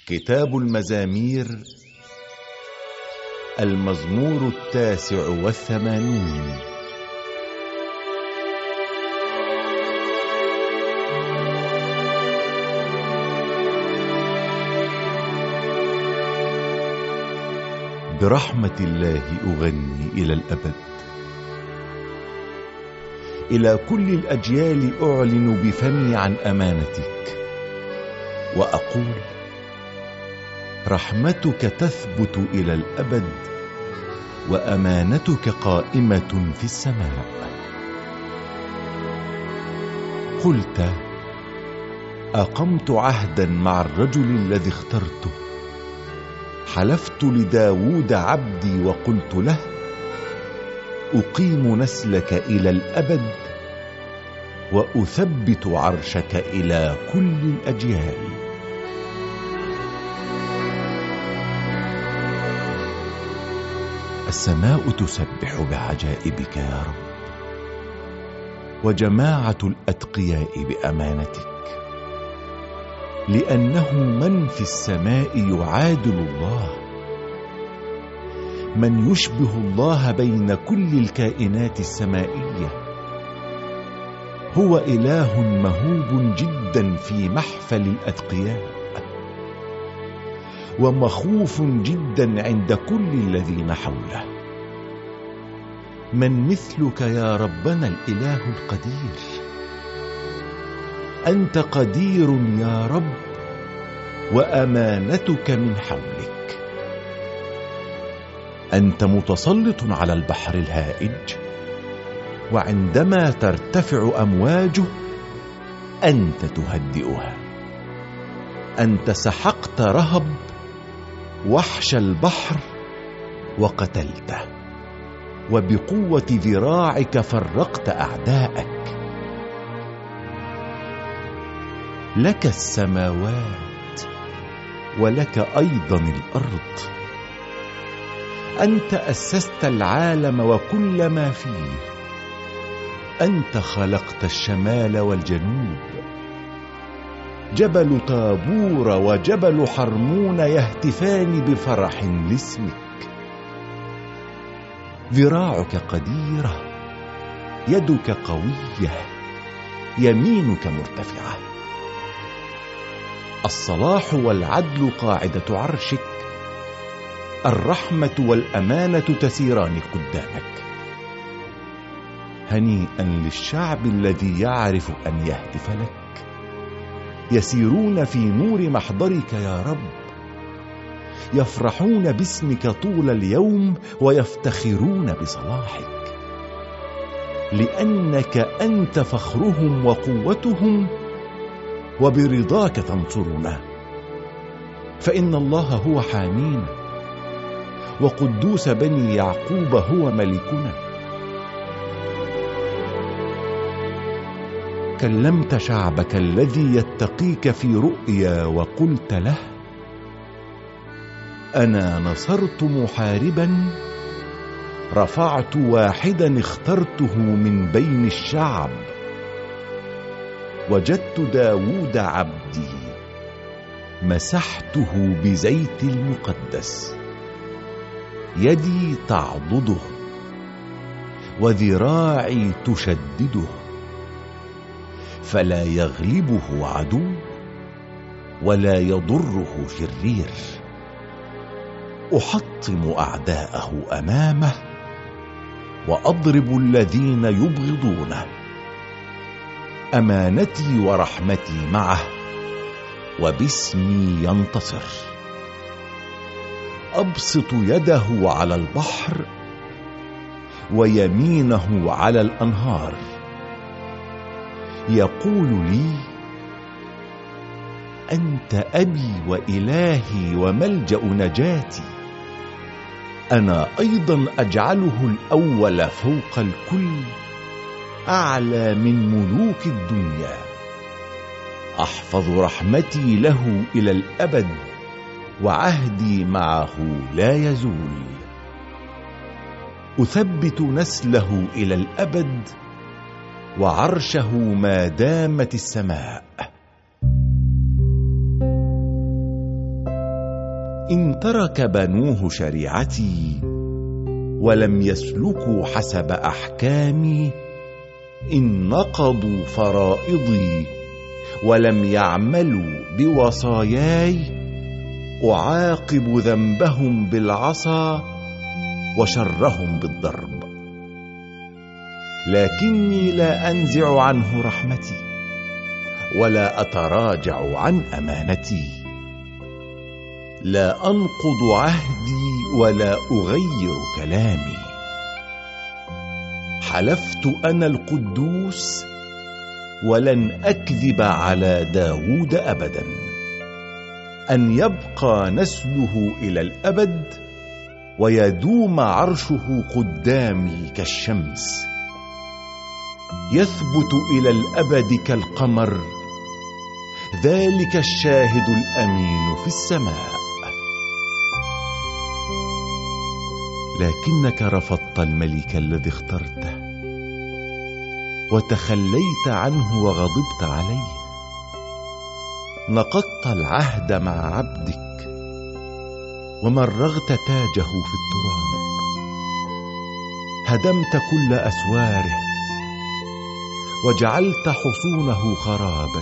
كتاب المزامير، المزمور 89. برحمة الله أغني إلى الأبد، إلى كل الأجيال أعلن بفمي عن أمانتك، وأقول: رحمتك تثبت إلى الأبد، وأمانتك قائمة في السماء. قلت: أقمت عهدا مع الرجل الذي اخترته، حلفت لداود عبدي وقلت له: أقيم نسلك إلى الأبد، وأثبت عرشك إلى كل الأجيال. السماء تسبح بعجائبك يا رب، وجماعة الأتقياء بأمانتك، لأنه من في السماء يعادل الله، من يشبه الله بين كل الكائنات السمائية. هو إله مهوب جدا في محفل الأتقياء، ومخوف جدا عند كل الذين حوله. من مثلك يا ربنا الإله القدير؟ أنت قدير يا رب، وأمانتك من حولك. أنت متسلط على البحر الهائج، وعندما ترتفع أمواجه أنت تهدئها. أنت سحقت رهب وحش البحر وقتلته، وبقوة ذراعك فرقت أعداءك. لك السماوات ولك أيضا الأرض. أنت أسست العالم وكل ما فيه. أنت خلقت الشمال والجنوب. جبل طابور وجبل حرمون يهتفان بفرح لاسمك. ذراعك قديرة، يدك قوية، يمينك مرتفعة. الصلاح والعدل قاعدة عرشك، الرحمة والأمانة تسيران قدامك. هنيئا للشعب الذي يعرف أن يهتف لك، يسيرون في نور محضرك يا رب، يفرحون باسمك طول اليوم ويفتخرون بصلاحك، لأنك أنت فخرهم وقوتهم، وبرضاك تنصرنا. فإن الله هو حامينا، وقدوس بني يعقوب هو ملكنا. كلمت شعبك الذي يتقيك في رؤيا وقلت له: أنا نصرت محاربا، رفعت واحدا اخترته من بين الشعب. وجدت داود عبدي، مسحته بزيت المقدس. يدي تعضده، وذراعي تشدده، فلا يغلبه عدو، ولا يضره شرير. أحطم أعداءه أمامه، وأضرب الذين يبغضونه. أمانتي ورحمتي معه، وباسمي ينتصر. أبسط يده على البحر، ويمينه على الأنهار. يقول لي: أنت أبي وإلهي وملجأ نجاتي. أنا أيضا أجعله الأول فوق الكل، أعلى من ملوك الدنيا. أحفظ رحمتي له إلى الأبد، وعهدي معه لا يزول. أثبت نسله إلى الأبد، وعرشه ما دامت السماء. إن ترك بنوه شريعتي ولم يسلكوا حسب أحكامي، إن نقضوا فرائضي ولم يعملوا بوصاياي، أعاقب ذنبهم بالعصا وشرهم بالضرب. لكني لا أنزع عنه رحمتي ولا أتراجع عن أمانتي، لا أنقض عهدي ولا أغير كلامي. حلفت أنا القدوس ولن أكذب على داود أبدا، أن يبقى نسله إلى الأبد ويدوم عرشه قدامي كالشمس، يثبت إلى الأبد كالقمر، ذلك الشاهد الأمين في السماء. لكنك رفضت الملك الذي اخترته وتخليت عنه وغضبت عليه، نقضت العهد مع عبدك ومرغت تاجه في التراب، هدمت كل أسواره وجعلت حصونه خرابا،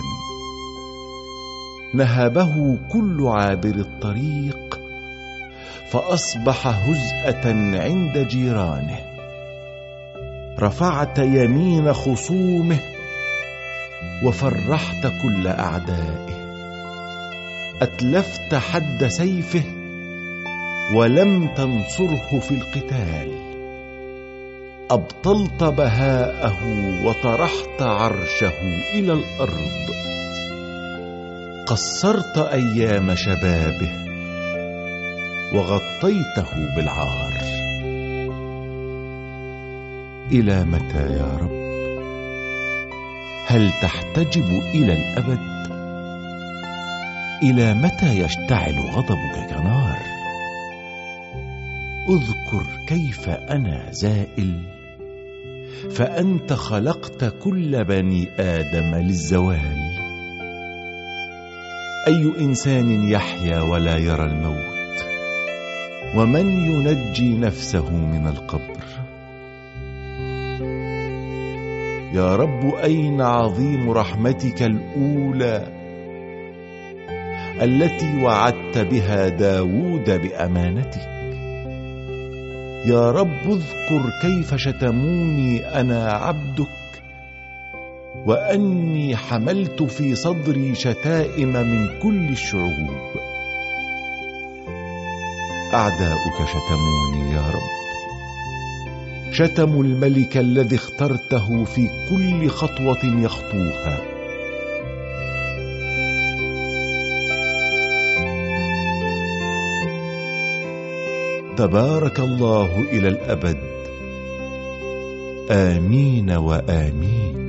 نهبه كل عابر الطريق فأصبح هزءة عند جيرانه، رفعت يمين خصومه وفرحت كل أعدائه، أتلفت حد سيفه ولم تنصره في القتال، أبطلت بهاءه وطرحت عرشه إلى الأرض، قصرت أيام شبابه وغطيته بالعار. إلى متى يا رب؟ هل تحتجب إلى الأبد؟ إلى متى يشتعل غضبك كنار؟ اذكر كيف أنا زائل، فأنت خلقت كل بني آدم للزوال. أي إنسان يحيا ولا يرى الموت؟ ومن ينجي نفسه من القبر؟ يا رب، أين عظيم رحمتك الأولى التي وعدت بها داود بأمانتك؟ يا رب، اذكر كيف شتموني أنا عبدك، وأني حملت في صدري شتائم من كل الشعوب. أعداؤك شتموني يا رب، شتموا الملك الذي اخترته في كل خطوة يخطوها. تبارك الله إلى الأبد. آمين وآمين.